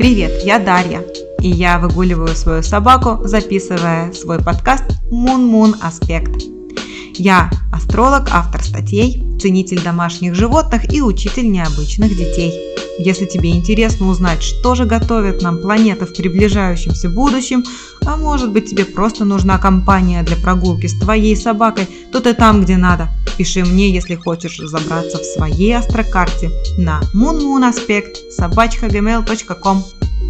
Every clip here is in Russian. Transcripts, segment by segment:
Привет, я Дарья, и я выгуливаю свою собаку, записывая свой подкаст «Мун-Мун Аспект». Я астролог, автор статей, ценитель домашних животных и учитель необычных детей. Если тебе интересно узнать, что же готовят нам планеты в приближающемся будущем, а может быть тебе просто нужна компания для прогулки с твоей собакой, то ты там, где надо. Пиши мне, если хочешь разобраться в своей астрокарте на moonmoonaspect@gmail.com.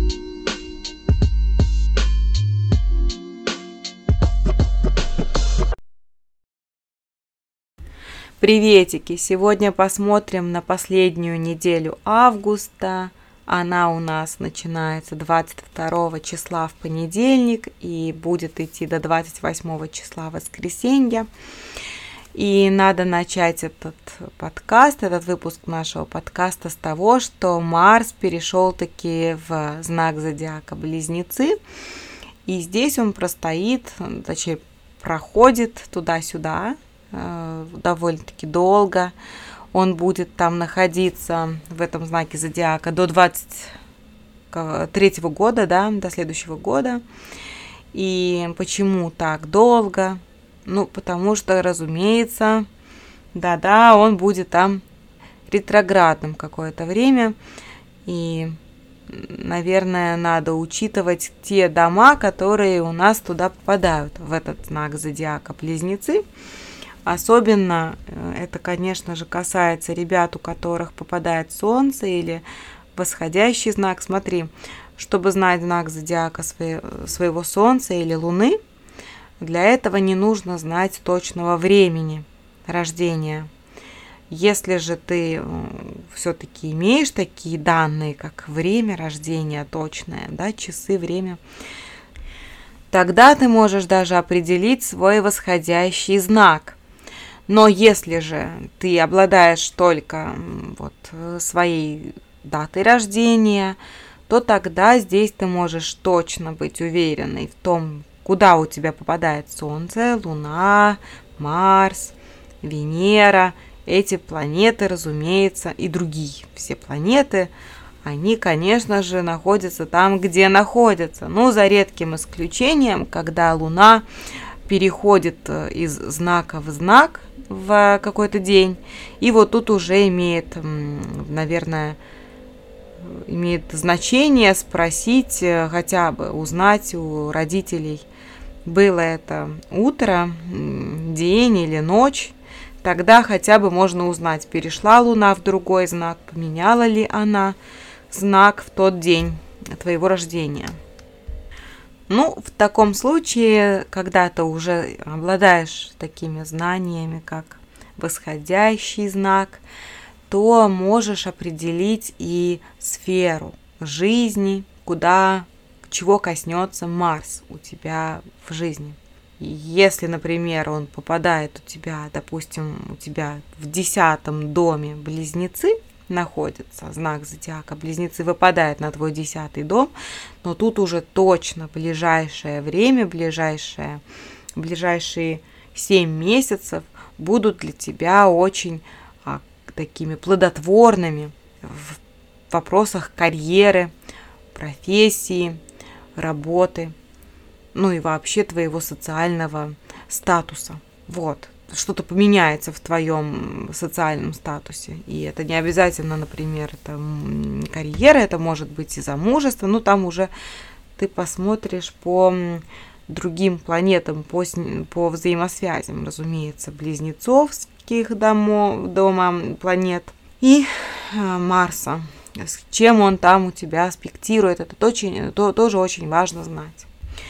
Приветики! Сегодня посмотрим на последнюю неделю августа. Она у нас начинается 22 числа в понедельник и будет идти до 28 числа в воскресенье. И надо начать этот выпуск нашего подкаста с того, что Марс перешел таки в знак зодиака Близнецы. И здесь он проходит туда-сюда довольно-таки долго. Он будет там находиться в этом знаке зодиака до 23 года, до следующего года. И почему так долго? Потому что, разумеется, он будет там ретроградным какое-то время. И, наверное, надо учитывать те дома, которые у нас туда попадают, в этот знак зодиака Близнецы. Особенно это, конечно же, касается ребят, у которых попадает Солнце или восходящий знак. Смотри, чтобы знать знак зодиака своего Солнца или Луны, для этого не нужно знать точного времени рождения. Если же ты все-таки имеешь такие данные, как время рождения точное, часы, время, тогда ты можешь даже определить свой восходящий знак. Но если же ты обладаешь только своей датой рождения, то тогда здесь ты можешь точно быть уверенной в том, куда у тебя попадает Солнце, Луна, Марс, Венера. Эти планеты, разумеется, и другие все планеты, они, конечно же, находятся там, где находятся. За редким исключением, когда Луна переходит из знака в знак в какой-то день, и тут уже имеет значение спросить, хотя бы узнать у родителей, было это утро, день или ночь. Тогда хотя бы можно узнать, перешла Луна в другой знак, поменяла ли она знак в тот день твоего рождения. В таком случае, когда ты уже обладаешь такими знаниями, как восходящий знак, то можешь определить и сферу жизни, чего коснется Марс у тебя в жизни. Если, например, он попадает у тебя в 10 доме Близнецы, находится знак зодиака Близнецы, выпадает на твой 10-й дом, но тут уже точно ближайшее время, ближайшие 7 месяцев будут для тебя очень такими плодотворными в вопросах карьеры, профессии, работы, и вообще твоего социального статуса. Что-то поменяется в твоем социальном статусе. И это не обязательно, например, это карьера, это может быть и замужество. Там уже ты посмотришь по другим планетам, по взаимосвязям, разумеется, близнецовских дома планет и Марса. С чем он там у тебя аспектирует, это тоже очень важно знать.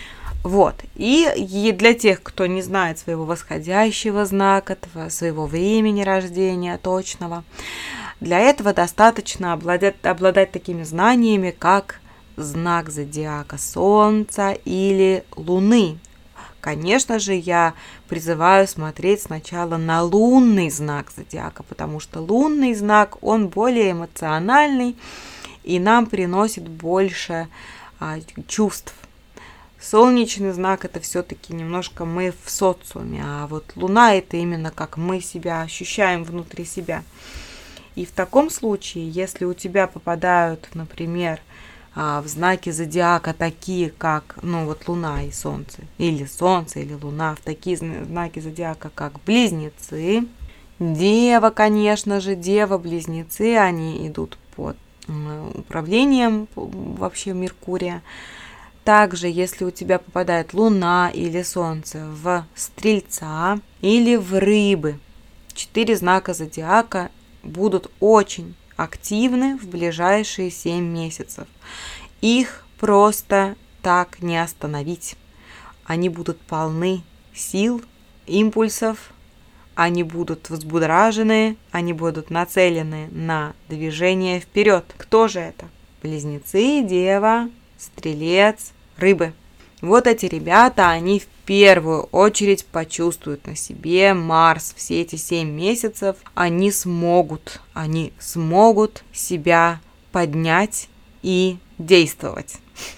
И для тех, кто не знает своего восходящего знака, своего времени рождения точного, для этого достаточно обладать такими знаниями, как знак зодиака Солнца или Луны. Конечно же, я призываю смотреть сначала на лунный знак зодиака, потому что лунный знак, он более эмоциональный и нам приносит больше чувств. Солнечный знак – это все-таки немножко мы в социуме, а Луна – это именно как мы себя ощущаем внутри себя. И в таком случае, если у тебя попадают, например, в знаки зодиака, такие как, Луна и Солнце, или Луна, в такие знаки зодиака, как Близнецы, Дева, конечно же, Дева-близнецы, они идут под управлением вообще Меркурия. Также, если у тебя попадает Луна или Солнце в Стрельца или в Рыбы, 4 знака зодиака будут очень активны в ближайшие 7 месяцев. Их просто так не остановить. Они будут полны сил, импульсов, они будут взбудоражены, они будут нацелены на движение вперед. Кто же это? Близнецы, Дева, Стрелец, Рыбы. Вот эти ребята, они в первую очередь почувствуют на себе Марс. Все эти 7 месяцев они смогут себя поднять и действовать.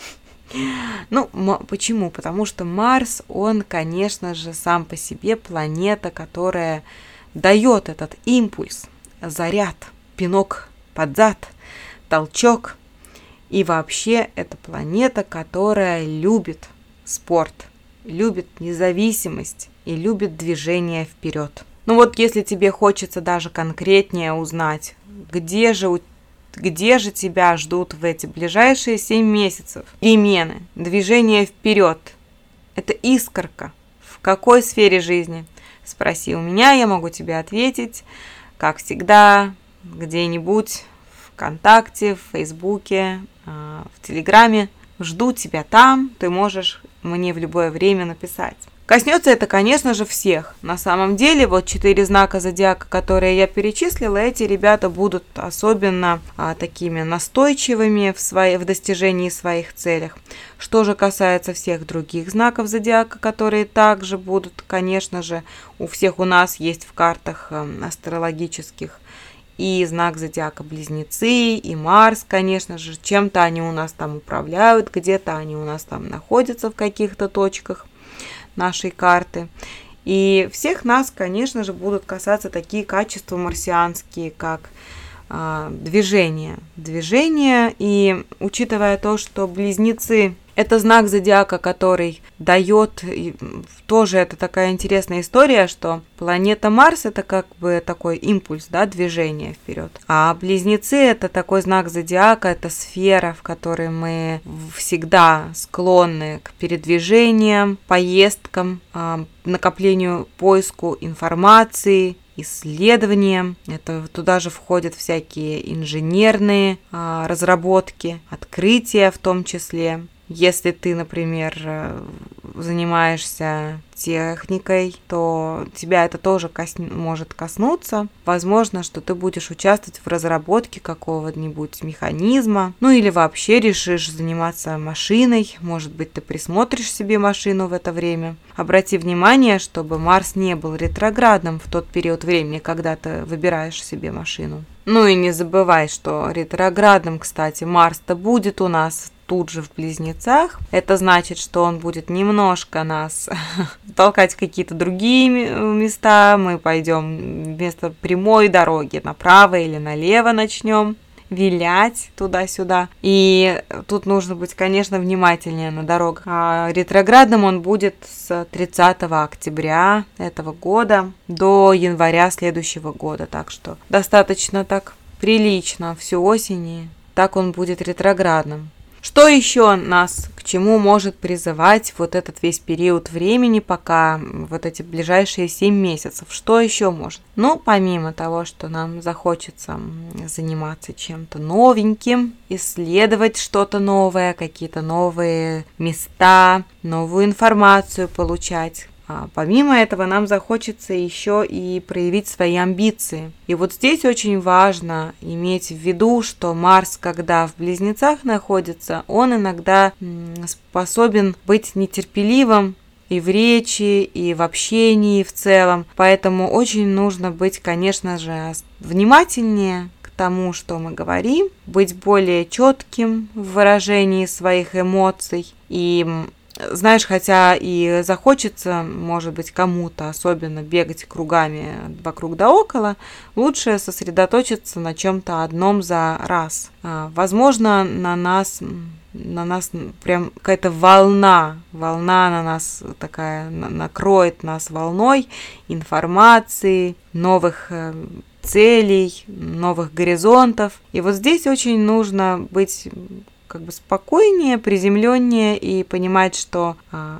Почему? Потому что Марс, он, конечно же, сам по себе планета, которая дает этот импульс, заряд, пинок под зад, толчок. И вообще это планета, которая любит спорт, любит независимость и любит движение вперед. Если тебе хочется даже конкретнее узнать, где же тебя ждут в эти ближайшие 7 месяцев перемены, движение вперед, это искорка. В какой сфере жизни? Спроси у меня, я могу тебе ответить, как всегда, где-нибудь ВКонтакте, в Фейсбуке, в Телеграме. Жду тебя там, ты можешь мне в любое время написать. Коснется это, конечно же, всех. На самом деле, 4 знака зодиака, которые я перечислила, эти ребята будут особенно такими настойчивыми в достижении своих целей. Что же касается всех других знаков зодиака, которые также будут, конечно же, у всех у нас есть в картах астрологических и знак зодиака Близнецы, и Марс, конечно же, чем-то они у нас там управляют, где-то они у нас там находятся в каких-то точках нашей карты. И всех нас, конечно же, будут касаться такие качества марсианские, как движение. И учитывая то, что Близнецы – это знак зодиака, который дает, тоже это такая интересная история, что планета Марс – это как бы такой импульс, движение вперед. А Близнецы – это такой знак зодиака, это сфера, в которой мы всегда склонны к передвижениям, поездкам, накоплению, поиску информации, исследованиям. Это туда же входят всякие инженерные разработки, открытия в том числе. Если ты, например, занимаешься техникой, то тебя это тоже может коснуться. Возможно, что ты будешь участвовать в разработке какого-нибудь механизма, или вообще решишь заниматься машиной. Может быть, ты присмотришь себе машину в это время. Обрати внимание, чтобы Марс не был ретроградным в тот период времени, когда ты выбираешь себе машину. И не забывай, что ретроградным, кстати, Марс-то будет у нас тут же в Близнецах. Это значит, что он будет немножко нас толкать в какие-то другие места. Мы пойдем вместо прямой дороги направо или налево начнем вилять туда-сюда. И тут нужно быть, конечно, внимательнее на дорогах. А ретроградным он будет с 30 октября этого года до января следующего года. Так что достаточно так прилично всю осень, и так он будет ретроградным. Что еще нас к чему может призывать этот весь период времени, пока эти ближайшие 7 месяцев? Что еще может? Помимо того, что нам захочется заниматься чем-то новеньким, исследовать что-то новое, какие-то новые места, новую информацию получать. Помимо этого, нам захочется еще и проявить свои амбиции. И здесь очень важно иметь в виду, что Марс, когда в Близнецах находится, он иногда способен быть нетерпеливым и в речи, и в общении в целом. Поэтому очень нужно быть, конечно же, внимательнее к тому, что мы говорим, быть более четким в выражении своих эмоций и Знаешь, хотя и захочется, может быть, кому-то особенно бегать кругами вокруг да около, лучше сосредоточиться на чем-то одном за раз. Возможно, на нас прям какая-то волна на нас такая накроет нас волной информации, новых целей, новых горизонтов. И вот здесь очень нужно быть как бы спокойнее, приземленнее и понимать, что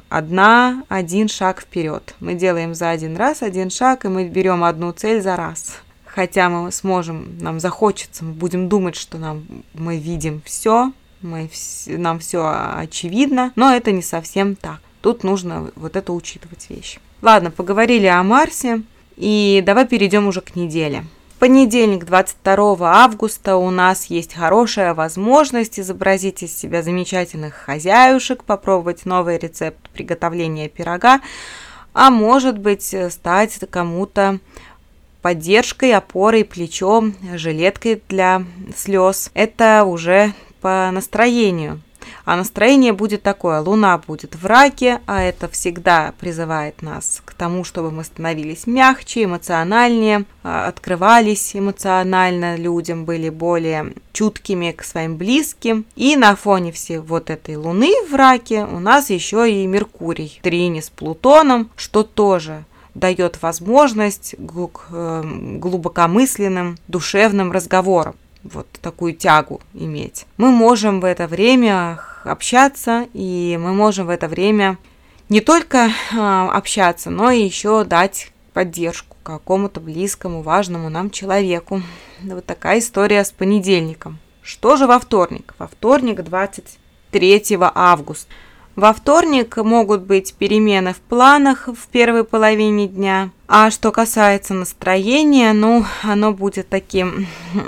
один шаг вперед. Мы делаем за один раз один шаг, и мы берем одну цель за раз. Хотя мы сможем, нам захочется, мы будем думать, что мы видим все, нам все очевидно, но это не совсем так. Тут нужно вот это учитывать вещи. Ладно, поговорили о Марсе, и давай перейдем уже к неделе. В понедельник, 22 августа, у нас есть хорошая возможность изобразить из себя замечательных хозяюшек, попробовать новый рецепт приготовления пирога, а может быть стать кому-то поддержкой, опорой, плечом, жилеткой для слез. Это уже по настроению. А настроение будет такое: Луна будет в Раке, а это всегда призывает нас к тому, чтобы мы становились мягче, эмоциональнее, открывались эмоционально людям, были более чуткими к своим близким. И на фоне всей вот этой Луны в Раке у нас еще и Меркурий в трине с Плутоном, что тоже дает возможность к глубокомысленным, душевным разговорам. Вот такую тягу иметь. Мы можем в это время общаться, и мы можем в это время не только общаться, но и еще дать поддержку какому-то близкому, важному нам человеку. Вот такая история с понедельником. Что же во вторник? Во вторник, 23 августа. Во вторник могут быть перемены в планах в первой половине дня. А что касается настроения, оно будет таким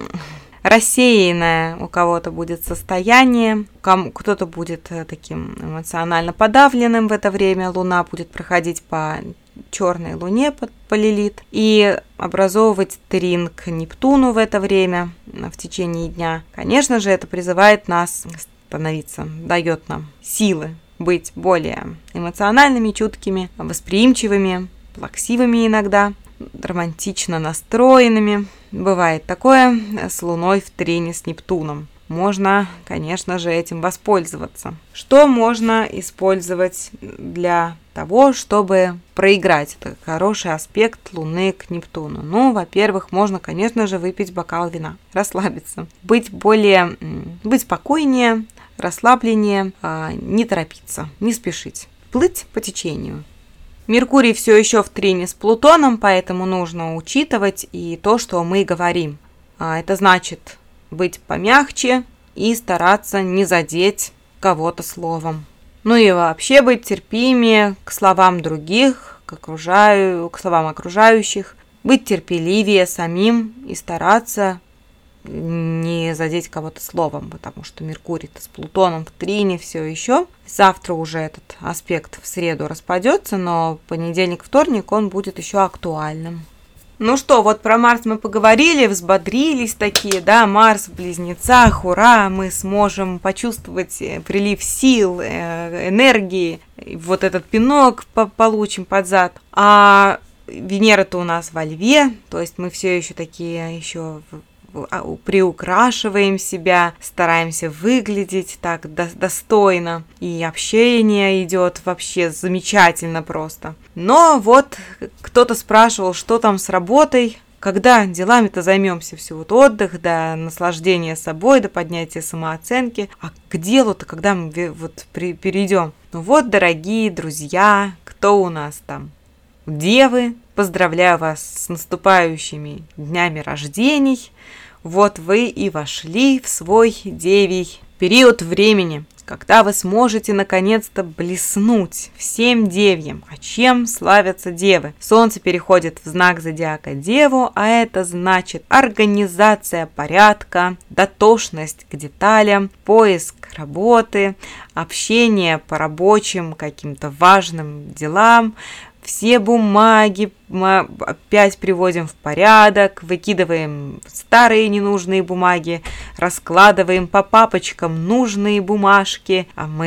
рассеянное, у кого-то будет состояние, кто-то будет таким эмоционально подавленным в это время. Луна будет проходить по черной луне, по Лилит, и образовывать трин к Нептуну в это время, в течение дня. Конечно же, это призывает нас становиться, дает нам силы быть более эмоциональными, чуткими, восприимчивыми, плаксивыми иногда, романтично настроенными. Бывает такое с Луной в трине с Нептуном. Можно, конечно же, этим воспользоваться. Что можно использовать для того, чтобы проиграть? Это хороший аспект Луны к Нептуну. Во-первых, можно, конечно же, выпить бокал вина, расслабиться, быть спокойнее, расслабленнее, не торопиться, не спешить, плыть по течению. Меркурий все еще в трине с Плутоном, поэтому нужно учитывать и то, что мы говорим. Это значит быть помягче и стараться не задеть кого-то словом. И вообще быть терпимее к словам других, к словам окружающих, быть терпеливее самим и стараться не задеть кого-то словом, потому что Меркурий-то с Плутоном в трине все еще. Завтра уже этот аспект в среду распадется, но понедельник, вторник он будет еще актуальным. Вот про Марс мы поговорили, взбодрились такие, да, Марс в Близнецах, ура, мы сможем почувствовать прилив сил, энергии, вот этот пинок получим под зад. А Венера-то у нас во Льве, то есть мы все еще такие, еще приукрашиваем себя, стараемся выглядеть так достойно, и общение идет вообще замечательно просто. Но вот кто-то спрашивал, что там с работой, когда делами-то займемся, все отдых, до наслаждения собой, до поднятия самооценки, а к делу-то когда мы перейдем? Дорогие друзья, кто у нас там? Девы, поздравляю вас с наступающими днями рождений. Вы и вошли в свой девий период времени, когда вы сможете наконец-то блеснуть всем девьям. А чем славятся девы? Солнце переходит в знак зодиака Деву, а это значит организация порядка, дотошность к деталям, поиск работы, общение по рабочим каким-то важным делам. Все бумаги мы опять приводим в порядок, выкидываем старые ненужные бумаги, раскладываем по папочкам нужные бумажки, а мы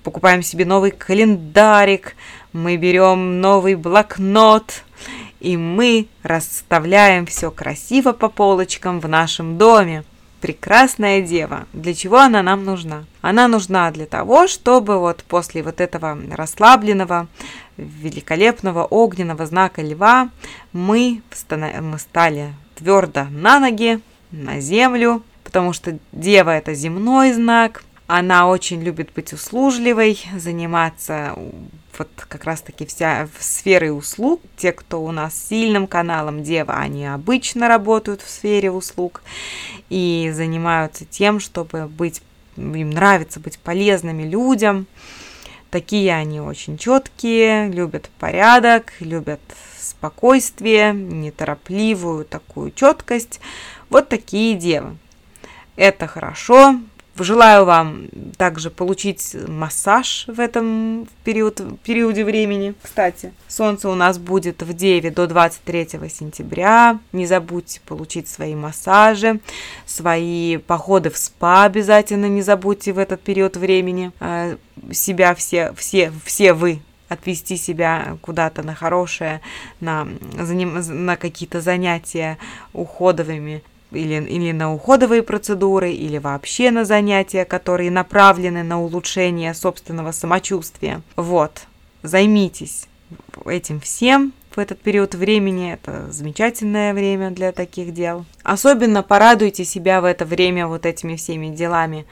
покупаем себе новый календарик, мы берем новый блокнот, и мы расставляем все красиво по полочкам в нашем доме. Прекрасная дева. Для чего она нам нужна? Она нужна для того, чтобы вот после вот этого расслабленного, великолепного огненного знака льва мы стали твердо на ноги, на землю, потому что дева – это земной знак. Она очень любит быть услужливой, заниматься вот как раз-таки вся сферой услуг. Те, кто у нас с сильным каналом Дева, они обычно работают в сфере услуг и занимаются тем, чтобы им нравится быть полезными людям. Такие они очень четкие, любят порядок, любят спокойствие, неторопливую такую четкость. Вот такие девы. Это хорошо. Желаю вам также получить массаж в этом периоде времени. Кстати, Солнце у нас будет в Деве до 23 сентября. Не забудьте получить свои массажи, свои походы в спа обязательно не забудьте в этот период времени. Себя все вы отвести себя куда-то на хорошее, на какие-то занятия уходовыми, или на уходовые процедуры, или вообще на занятия, которые направлены на улучшение собственного самочувствия. Вот, займитесь этим всем в этот период времени. Это замечательное время для таких дел. Особенно порадуйте себя в это время вот этими всеми делами.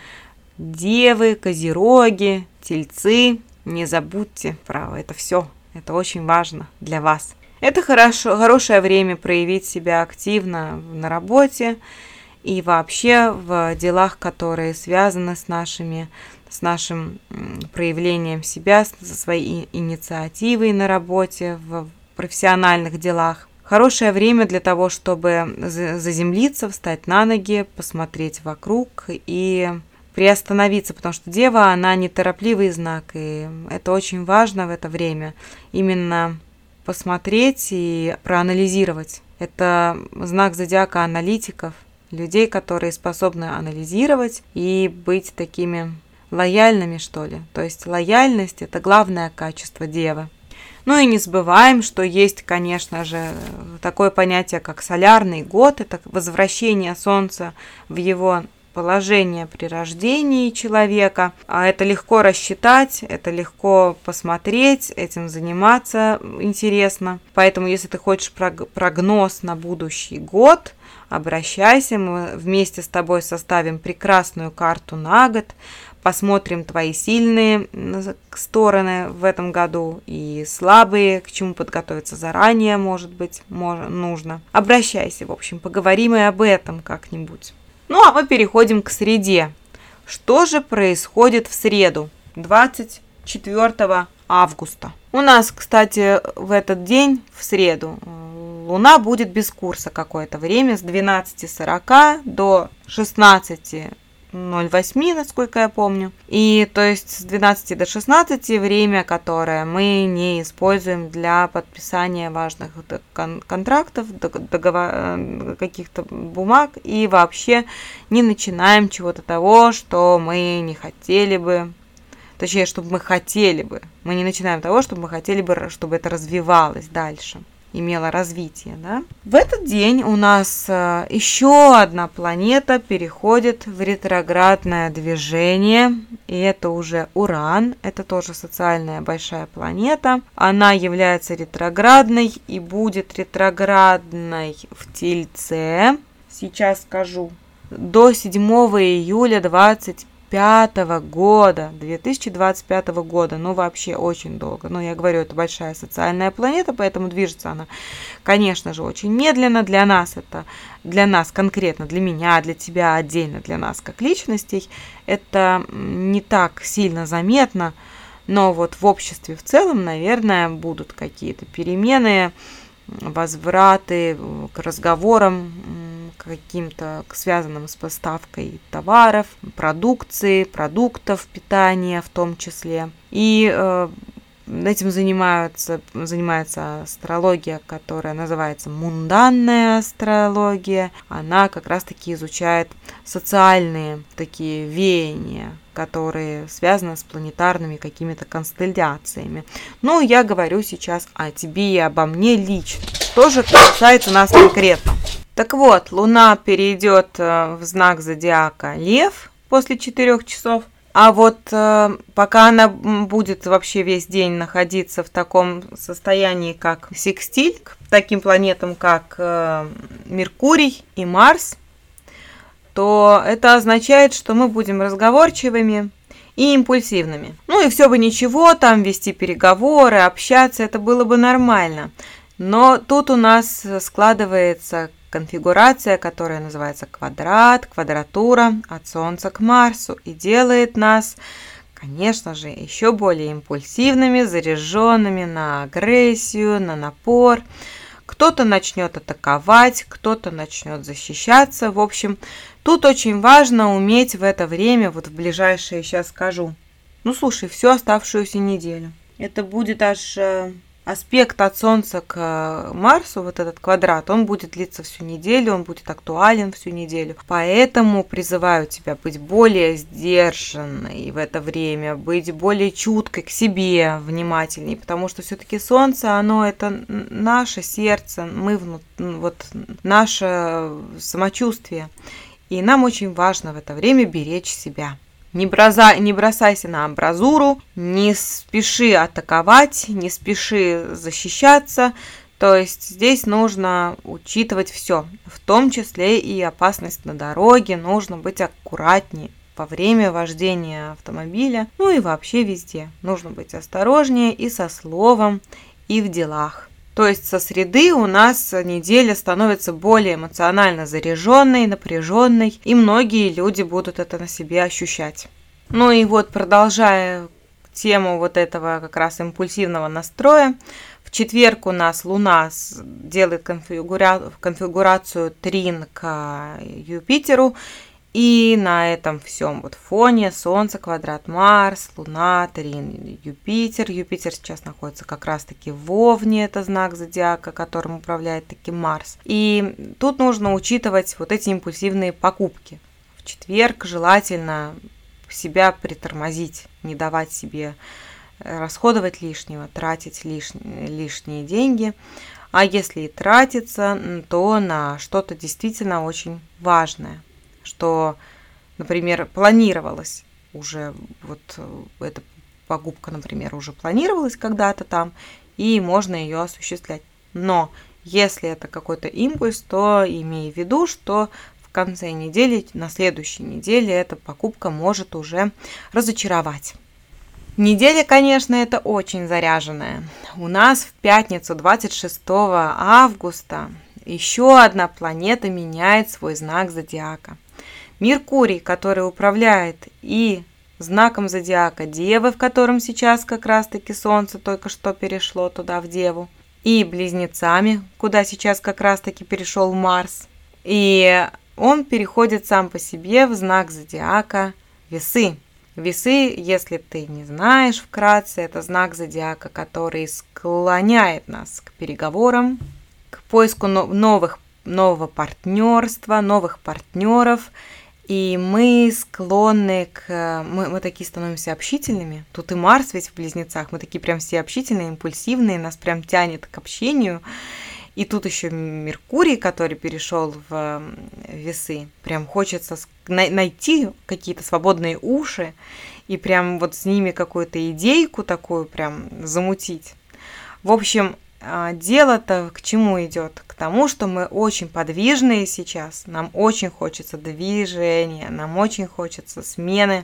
Девы, козероги, тельцы, не забудьте про это все. Это очень важно для вас. Это хорошее время проявить себя активно на работе и вообще в делах, которые связаны с нашим проявлением себя, со своей инициативой на работе, в профессиональных делах. Хорошее время для того, чтобы заземлиться, встать на ноги, посмотреть вокруг и приостановиться, потому что Дева, она неторопливый знак, и это очень важно в это время. Именно посмотреть и проанализировать. Это знак зодиака аналитиков, людей, которые способны анализировать и быть такими лояльными, что ли. То есть лояльность – это главное качество Девы. Ну и не забываем, что есть, конечно же, такое понятие, как солярный год. Это возвращение Солнца в его положение при рождении человека. А это легко рассчитать, это легко посмотреть, этим заниматься интересно. Поэтому, если ты хочешь прогноз на будущий год, обращайся, мы вместе с тобой составим прекрасную карту на год, посмотрим твои сильные стороны в этом году и слабые, к чему подготовиться заранее, может быть, нужно. Обращайся, в общем, поговорим и об этом как-нибудь. Ну, а мы переходим к среде. Что же происходит в среду, 24 августа? У нас, кстати, в этот день, в среду, Луна будет без курса какое-то время, с 12:40 до 16:08, насколько я помню. И то есть с 12 до 16 время, которое мы не используем для подписания важных контрактов, каких-то бумаг, и вообще не начинаем чего-то того, что мы не хотели бы. Точнее, чтобы мы хотели бы. Мы не начинаем того, чтобы мы хотели бы, чтобы это развивалось дальше, имело развитие, да? В этот день у нас еще одна планета переходит в ретроградное движение, и это уже Уран, это тоже социальная большая планета. Она является ретроградной и будет ретроградной в Тельце. Сейчас скажу. До 7 июля 2025 года, ну вообще очень долго. Но я говорю, это большая социальная планета, поэтому движется она, конечно же, очень медленно. Для нас конкретно, для меня, для тебя отдельно, для нас как личностей, это не так сильно заметно, но вот в обществе в целом, наверное, будут какие-то перемены, возвраты к разговорам, каким-то связанным с поставкой товаров, продукции, продуктов питания в том числе. И этим занимается астрология, которая называется мунданная астрология. Она как раз-таки изучает социальные такие веяния, которые связаны с планетарными какими-то констелляциями. Ну, я говорю сейчас о тебе и обо мне лично. Что же касается нас конкретно? Так вот, Луна перейдет в знак зодиака Лев после 4 часов. А вот пока она будет вообще весь день находиться в таком состоянии, как секстиль, к таким планетам, как Меркурий и Марс, то это означает, что мы будем разговорчивыми и импульсивными. Ну и все бы ничего, там вести переговоры, общаться, это было бы нормально. Но тут у нас складывается конфигурация, которая называется квадрат, квадратура от Солнца к Марсу, и делает нас, конечно же, еще более импульсивными, заряженными на агрессию, на напор. Кто-то начнет атаковать, кто-то начнет защищаться. В общем, тут очень важно уметь в это время, вот в ближайшее, сейчас скажу, слушай, всю оставшуюся неделю. Это будет аж аспект от Солнца к Марсу, вот этот квадрат, он будет длиться всю неделю, он будет актуален всю неделю. Поэтому призываю тебя быть более сдержанной в это время, быть более чуткой к себе, внимательней, потому что все-таки Солнце, оно это наше сердце, вот наше самочувствие. И нам очень важно в это время беречь себя. Не бросайся на амбразуру, не спеши атаковать, не спеши защищаться. То есть здесь нужно учитывать все, в том числе и опасность на дороге. Нужно быть аккуратнее во время вождения автомобиля, ну и вообще везде. Нужно быть осторожнее и со словом, и в делах. То есть со среды у нас неделя становится более эмоционально заряженной, напряженной, и многие люди будут это на себе ощущать. Ну и вот, продолжая тему вот этого как раз импульсивного настроя, в четверг у нас Луна делает конфигурацию трин к Юпитеру, и на этом всем вот фоне Солнце, квадрат Марс, Луна, трин Юпитер. Юпитер сейчас находится как раз-таки в Овне, это знак зодиака, которым управляет таки Марс. И тут нужно учитывать вот эти импульсивные покупки. В четверг желательно себя притормозить, не давать себе расходовать лишнего, тратить лишние деньги. А если и тратиться, то на что-то действительно очень важное, что, например, планировалось уже, вот эта покупка, например, уже планировалась когда-то там, и можно ее осуществлять. Но если это какой-то импульс, то имей в виду, что в конце недели, на следующей неделе эта покупка может уже разочаровать. Неделя, конечно, это очень заряженная. У нас в пятницу, 26 августа, еще одна планета меняет свой знак зодиака. Меркурий, который управляет и знаком зодиака Девы, в котором сейчас как раз-таки Солнце только что перешло туда, в Деву, и Близнецами, куда сейчас как раз-таки перешел Марс. И он переходит сам по себе в знак зодиака Весы. Весы, если ты не знаешь вкратце, это знак зодиака, который склоняет нас к переговорам, к поиску нового партнерства, новых партнеров. И мы склонны мы такие становимся общительными. Тут и Марс ведь в Близнецах, мы такие прям все общительные, импульсивные, нас прям тянет к общению. И тут еще Меркурий, который перешел в Весы. Прям хочется найти какие-то свободные уши и прям вот с ними какую-то идейку такую прям замутить. В общем, дело-то к чему идет? К тому, что мы очень подвижные сейчас, нам очень хочется движения, нам очень хочется смены,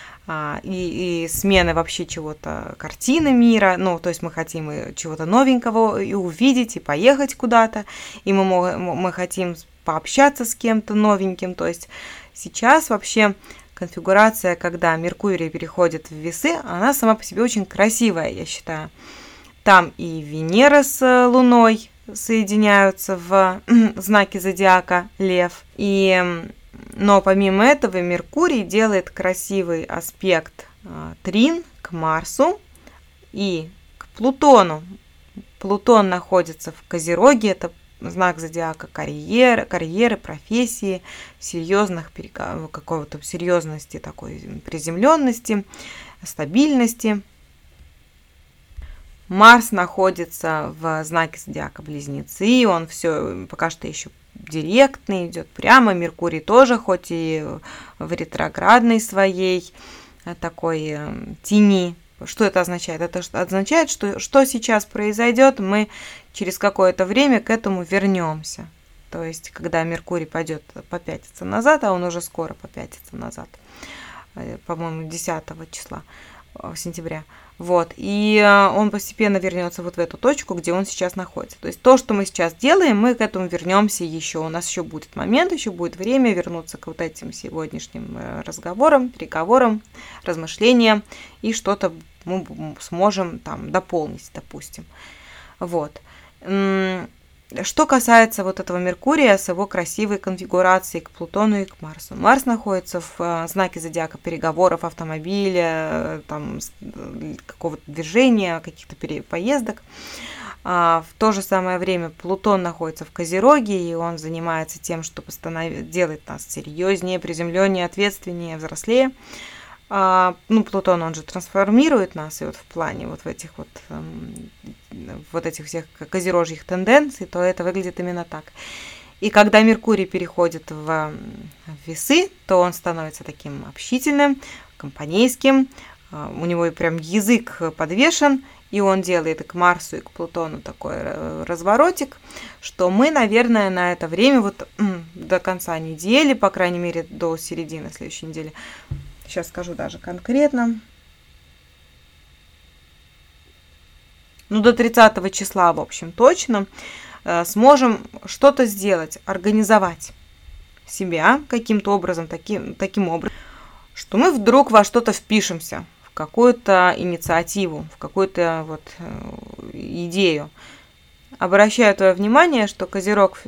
и смены вообще чего-то, картины мира, то есть мы хотим и чего-то новенького и увидеть, и поехать куда-то, и мы хотим пообщаться с кем-то новеньким, то есть сейчас вообще конфигурация, когда Меркурий переходит в Весы, она сама по себе очень красивая, я считаю. Там и Венера с Луной соединяются в знаке зодиака Лев. Но помимо этого Меркурий делает красивый аспект трин к Марсу и к Плутону. Плутон находится в Козероге, это знак зодиака карьеры, профессии, какого-то серьезности, такой приземленности, стабильности. Марс находится в знаке зодиака Близнецы, он все пока что еще директный, идет прямо. Меркурий тоже, хоть и в ретроградной своей такой тени. Что это означает? Это означает, что сейчас произойдет, мы через какое-то время к этому вернемся. То есть, когда Меркурий пойдет попятиться назад, а он уже скоро попятится назад, по-моему, 10 числа сентября. Вот, и он постепенно вернется вот в эту точку, где он сейчас находится. То есть то, что мы сейчас делаем, мы к этому вернемся еще. У нас еще будет момент, еще будет время вернуться к вот этим сегодняшним разговорам, переговорам, размышлениям, и что-то мы сможем там дополнить, допустим. Вот. Что касается вот этого Меркурия с его красивой конфигурацией к Плутону и к Марсу. Марс находится в знаке зодиака переговоров, автомобиля, там, какого-то движения, каких-то поездок. В то же самое время Плутон находится в Козероге, и он занимается тем, чтобы делать нас серьезнее, приземленнее, ответственнее, взрослее. Плутон, он же трансформирует нас, и вот в плане вот этих всех козерожьих тенденций, то это выглядит именно так. И когда Меркурий переходит в Весы, то он становится таким общительным, компанейским, у него прям язык подвешен, и он делает и к Марсу, и к Плутону такой разворотик, что мы, наверное, на это время, вот до конца недели, по крайней мере, до середины следующей недели, сейчас скажу даже конкретно, до 30 числа, в общем, точно, сможем что-то сделать, организовать себя каким-то образом, таким образом, что мы вдруг во что-то впишемся, в какую-то инициативу, в какую-то идею. Обращаю твое внимание, что Козерог,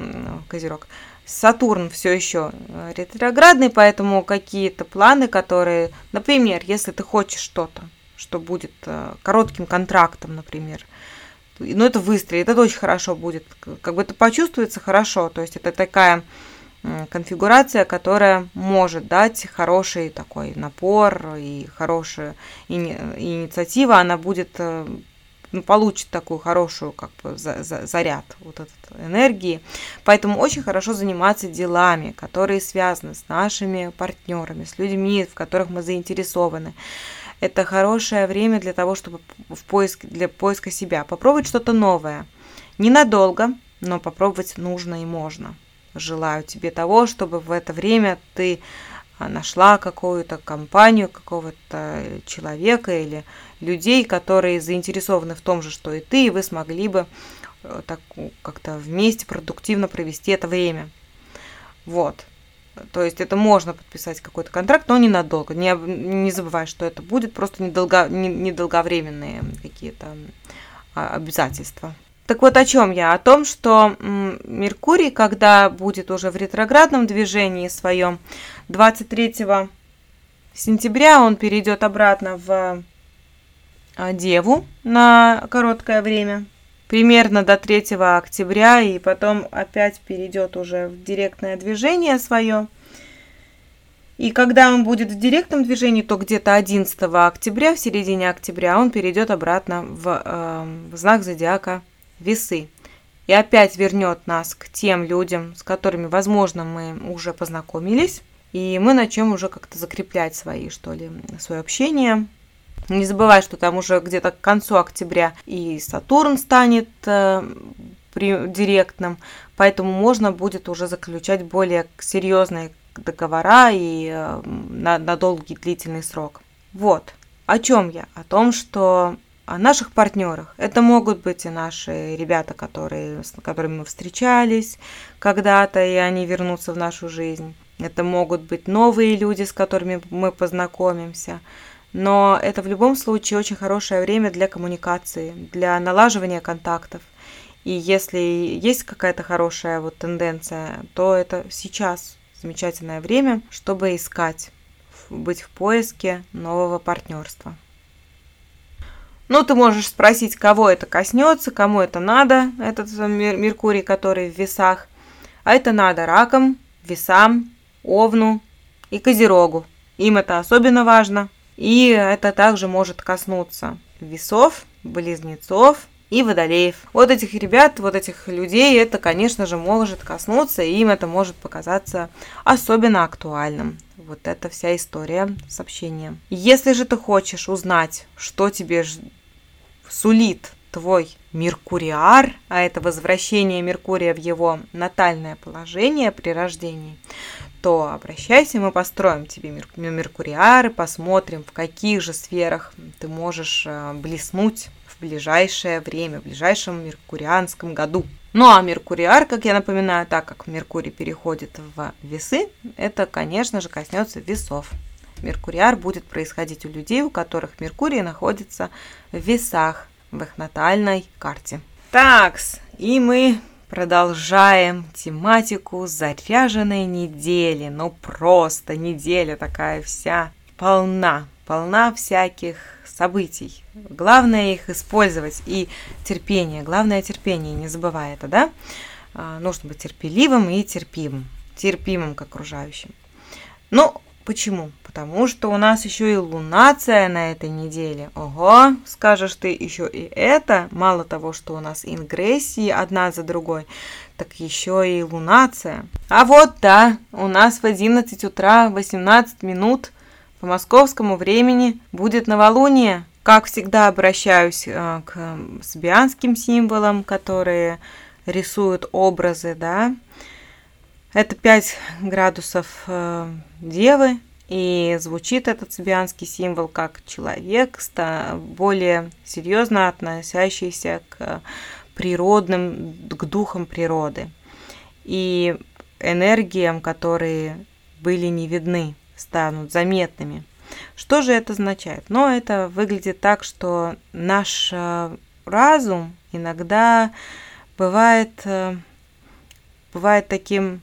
Сатурн все еще ретроградный, поэтому какие-то планы, которые, например, если ты хочешь что-то, что будет коротким контрактом, например, это выстрелит, это очень хорошо будет, как бы это почувствуется хорошо, то есть это такая конфигурация, которая может дать хороший такой напор и хорошая инициатива, она будет получит такую хорошую заряд вот этой энергии. Поэтому очень хорошо заниматься делами, которые связаны с нашими партнерами, с людьми, в которых мы заинтересованы. Это хорошее время для того, чтобы для поиска себя. Попробовать что-то новое. Ненадолго, но попробовать нужно и можно. Желаю тебе того, чтобы в это время ты нашла какую-то компанию, какого-то человека или людей, которые заинтересованы в том же, что и ты, и вы смогли бы так как-то вместе продуктивно провести это время. Вот. То есть это можно подписать какой-то контракт, но ненадолго. Не забывай, что это будет просто недолговременные какие-то обязательства. Так вот, о чем я? О том, что Меркурий, когда будет уже в ретроградном движении своем, 23 сентября он перейдет обратно в Деву на короткое время, примерно до 3 октября, и потом опять перейдет уже в директное движение свое. И когда он будет в директном движении, то где-то 11 октября, в середине октября, он перейдет обратно в знак зодиака Весы. И опять вернет нас к тем людям, с которыми, возможно, мы уже познакомились, и мы начнем уже как-то закреплять свое общение. Не забывай, что там уже где-то к концу октября и Сатурн станет директным, поэтому можно будет уже заключать более серьезные договора и на долгий длительный срок. Вот. О чем я? О том, что о наших партнерах. Это могут быть и наши ребята, с которыми мы встречались когда-то, и они вернутся в нашу жизнь. Это могут быть новые люди, с которыми мы познакомимся. Но это в любом случае очень хорошее время для коммуникации, для налаживания контактов. И если есть какая-то хорошая тенденция, то это сейчас замечательное время, чтобы искать, быть в поиске нового партнерства. Ну, ты можешь спросить, кого это коснется, кому это надо, этот Меркурий, который в весах. А это надо ракам, весам, овну и козерогу. Им это особенно важно. И это также может коснуться весов, близнецов и водолеев. Вот этих ребят, вот этих людей это, конечно же, может коснуться, и им это может показаться особенно актуальным. Вот это вся история с общением. Если же ты хочешь узнать, что тебе сулит твой Меркуриар, а это возвращение Меркурия в его натальное положение при рождении, то обращайся, мы построим тебе Меркуриар и посмотрим, в каких же сферах ты можешь блеснуть в ближайшее время, в ближайшем меркурианском году. Ну а Меркуриар, как я напоминаю, так как Меркурий переходит в весы, это, конечно же, коснется весов. Меркуриар будет происходить у людей, у которых Меркурий находится в весах, в их натальной карте. Такс, и мы продолжаем тематику заряженной недели. Ну просто неделя такая вся полна всяких событий. Главное их использовать и терпение. Главное терпение, не забывай это, да? Нужно быть терпеливым и терпимым к окружающим. Ну, почему? Потому что у нас еще и лунация на этой неделе. Ого, скажешь ты, еще и это. Мало того, что у нас ингрессии одна за другой, так еще и лунация. А вот, да, у нас в 11 утра 18 минут по московскому времени будет новолуние. Как всегда, обращаюсь к сабианским символам, которые рисуют образы, да. Это 5 градусов Девы, и звучит этот сабианский символ как человек, более серьезно относящийся к природным, к духам природы и энергиям, которые были не видны, станут заметными. Что же это означает? Ну, это выглядит так, что наш разум иногда бывает таким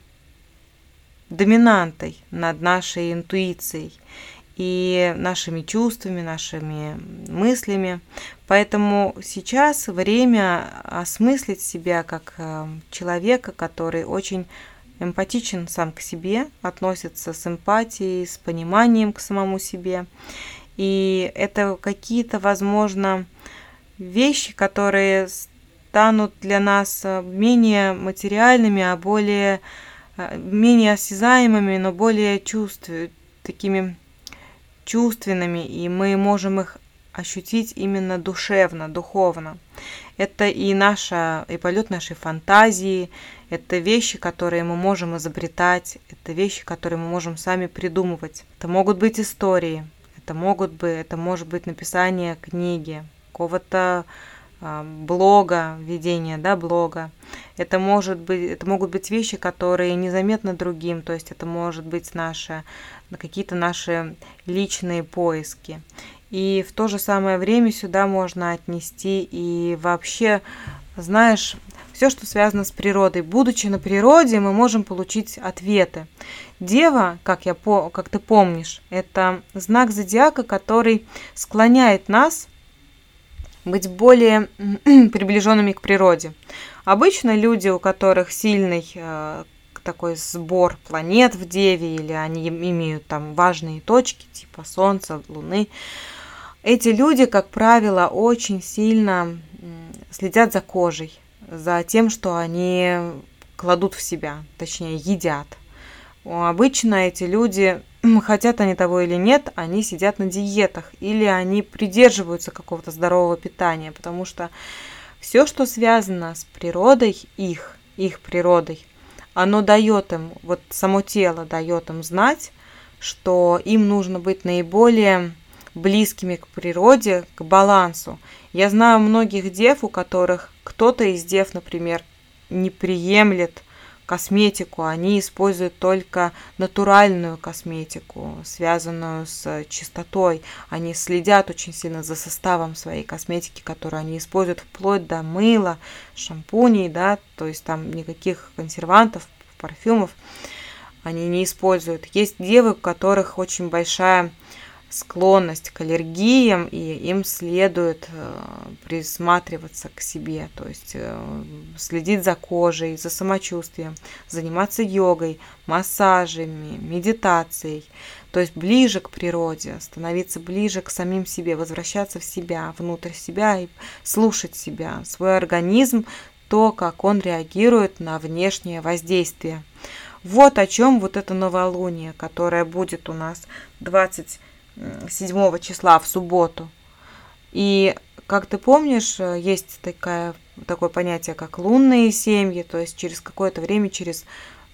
доминантой над нашей интуицией и нашими чувствами, нашими мыслями. Поэтому сейчас время осмыслить себя как человека, который очень эмпатичен сам к себе, относится с эмпатией, с пониманием к самому себе. И это какие-то, возможно, вещи, которые станут для нас менее материальными, а менее осязаемыми, но более такими чувственными, и мы можем их ощутить именно душевно, духовно. Это и полет нашей фантазии, это вещи, которые мы можем изобретать, это вещи, которые мы можем сами придумывать. Это могут быть истории, это может быть написание книги, какого-то блога, ведения, да, блога. Это могут быть вещи, которые незаметны другим, то есть это может быть какие-то наши личные поиски. И в то же самое время сюда можно отнести и вообще, знаешь, все, что связано с природой. Будучи на природе, мы можем получить ответы. Дева, как ты помнишь, это знак зодиака, который склоняет нас быть более приближенными к природе. Обычно люди, у которых сильный такой сбор планет в Деве, или они имеют там важные точки, типа Солнца, Луны, эти люди, как правило, очень сильно следят за кожей, за тем, что они кладут в себя, точнее, едят. Обычно эти люди, хотят они того или нет, они сидят на диетах или они придерживаются какого-то здорового питания, потому что все, что связано с природой, их природой, оно дает им, вот само тело дает им знать, что им нужно быть наиболее близкими к природе, к балансу. Я знаю многих дев, у которых кто-то из дев, например, не приемлет косметику, они используют только натуральную косметику, связанную с чистотой. Они следят очень сильно за составом своей косметики, которую они используют вплоть до мыла, шампуней, да, то есть там никаких консервантов, парфюмов они не используют. Есть девы, у которых очень большая склонность к аллергиям, и им следует присматриваться к себе, то есть следить за кожей, за самочувствием, заниматься йогой, массажами, медитацией, то есть ближе к природе, становиться ближе к самим себе, возвращаться в себя, внутрь себя и слушать себя, свой организм, то, как он реагирует на внешнее воздействие. Вот о чем вот это новолуние, которое будет у нас 27 числа в субботу. И, как ты помнишь, есть такое понятие, как лунные семьи, то есть через какое-то время, через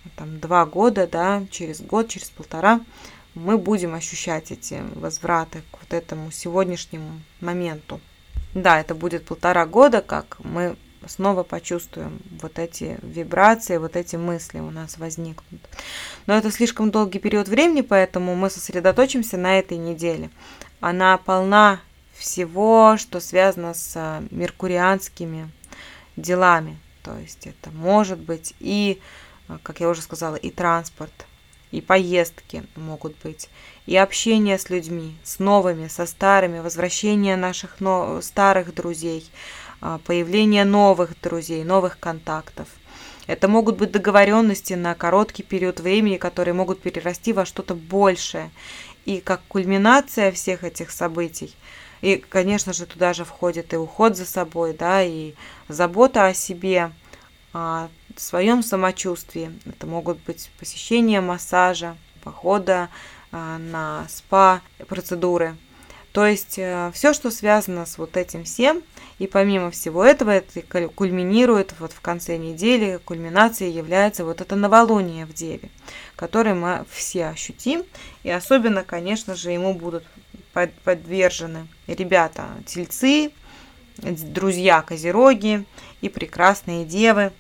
2 года, да, через год, через полтора, мы будем ощущать эти возвраты к вот этому сегодняшнему моменту. Да, это будет 1,5 года, как мы снова почувствуем вот эти вибрации, вот эти мысли у нас возникнут. Но это слишком долгий период времени, поэтому мы сосредоточимся на этой неделе. Она полна всего, что связано с меркурианскими делами. То есть это может быть и, как я уже сказала, и транспорт, и поездки могут быть, и общение с людьми, с новыми, со старыми, возвращение наших старых друзей, появление новых друзей, новых контактов. Это могут быть договоренности на короткий период времени, которые могут перерасти во что-то большее. И как кульминация всех этих событий, и, конечно же, туда же входит и уход за собой, да, и забота о себе, о своем самочувствии. Это могут быть посещение массажа, похода на спа-процедуры. То есть все, что связано с вот этим всем, и помимо всего этого, это кульминирует вот в конце недели, кульминацией является вот это новолуние в Деве, которое мы все ощутим, и особенно, конечно же, ему будут подвержены ребята тельцы, друзья козероги и прекрасные девы.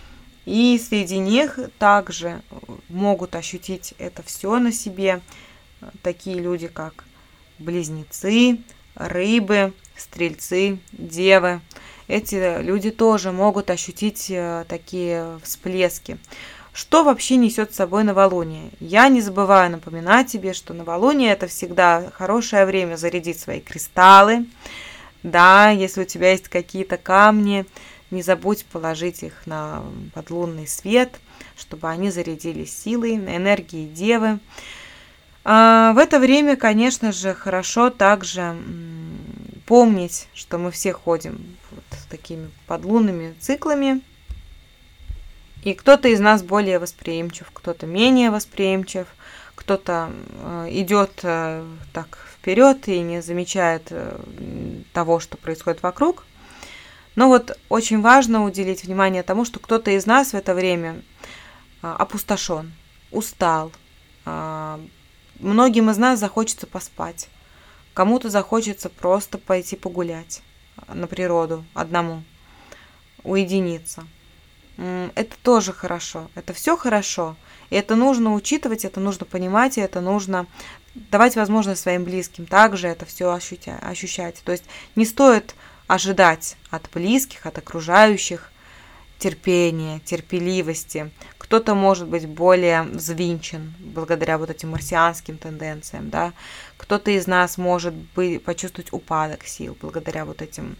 И среди них также могут ощутить это все на себе такие люди, как близнецы, рыбы, стрельцы, девы. Эти люди тоже могут ощутить такие всплески. Что вообще несет с собой новолуние? Я не забываю напоминать тебе, что новолуние – это всегда хорошее время зарядить свои кристаллы. Да, если у тебя есть какие-то камни, не забудь положить их на подлунный свет, чтобы они зарядились силой, энергией девы. В это время, конечно же, хорошо также помнить, что мы все ходим вот такими подлунными циклами. И кто-то из нас более восприимчив, кто-то менее восприимчив, кто-то идет так вперед и не замечает того, что происходит вокруг. Но вот очень важно уделить внимание тому, что кто-то из нас в это время опустошен, устал. Многим из нас захочется поспать, кому-то захочется просто пойти погулять на природу одному, уединиться. Это тоже хорошо, это все хорошо, и это нужно учитывать, это нужно понимать, и это нужно давать возможность своим близким также это все ощущать. То есть не стоит ожидать от близких, от окружающих терпения, терпеливости. Кто-то может быть более взвинчен благодаря вот этим марсианским тенденциям, да. Кто-то из нас может почувствовать упадок сил благодаря вот этим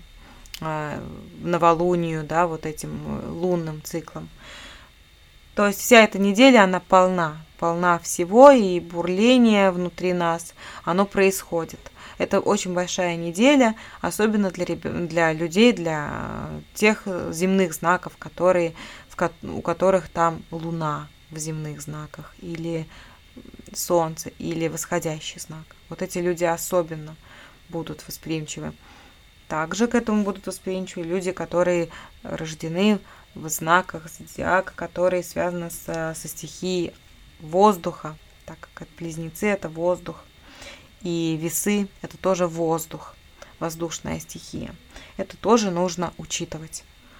новолунию, да, вот этим лунным циклам. То есть вся эта неделя, она полна всего, и бурление внутри нас, оно происходит. Это очень большая неделя, особенно для людей, для тех земных знаков, у которых там Луна в земных знаках, или Солнце, или восходящий знак. Вот эти люди особенно будут восприимчивы. Также к этому будут восприимчивы люди, которые рождены в знаках зодиака, которые связаны со стихией воздуха, так как близнецы – это воздух, и весы – это тоже воздух, воздушная стихия. Это тоже нужно учитывать.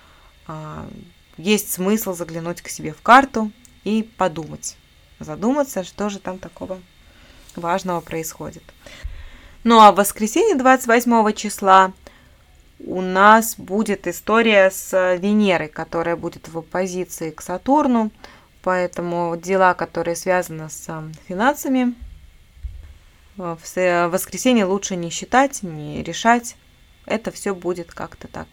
Есть смысл заглянуть к себе в карту и подумать, задуматься, что же там такого важного происходит. Ну а в воскресенье 28 числа у нас будет история с Венерой, которая будет в оппозиции к Сатурну, поэтому дела, которые связаны с финансами, В воскресенье лучше не считать, не решать. Это все будет как-то так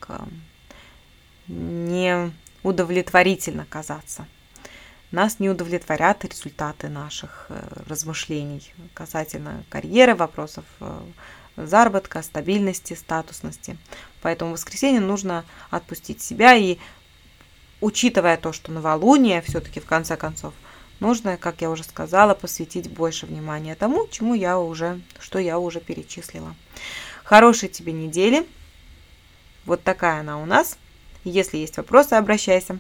неудовлетворительно казаться. Нас не удовлетворят результаты наших размышлений касательно карьеры, вопросов заработка, стабильности, статусности. Поэтому в воскресенье нужно отпустить себя и, учитывая то, что новолуние, все-таки в конце концов, нужно, как я уже сказала, посвятить больше внимания тому, что я уже перечислила. Хорошей тебе недели. Вот такая она у нас. Если есть вопросы, обращайся.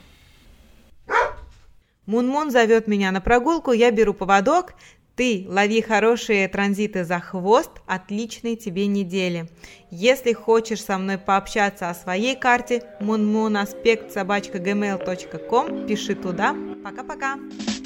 Мун-Мун зовет меня на прогулку, я беру поводок. Ты лови хорошие транзиты за хвост. Отличной тебе недели. Если хочешь со мной пообщаться о своей карте, moonmoonaspect@gmail.com, пиши туда. Пока-пока.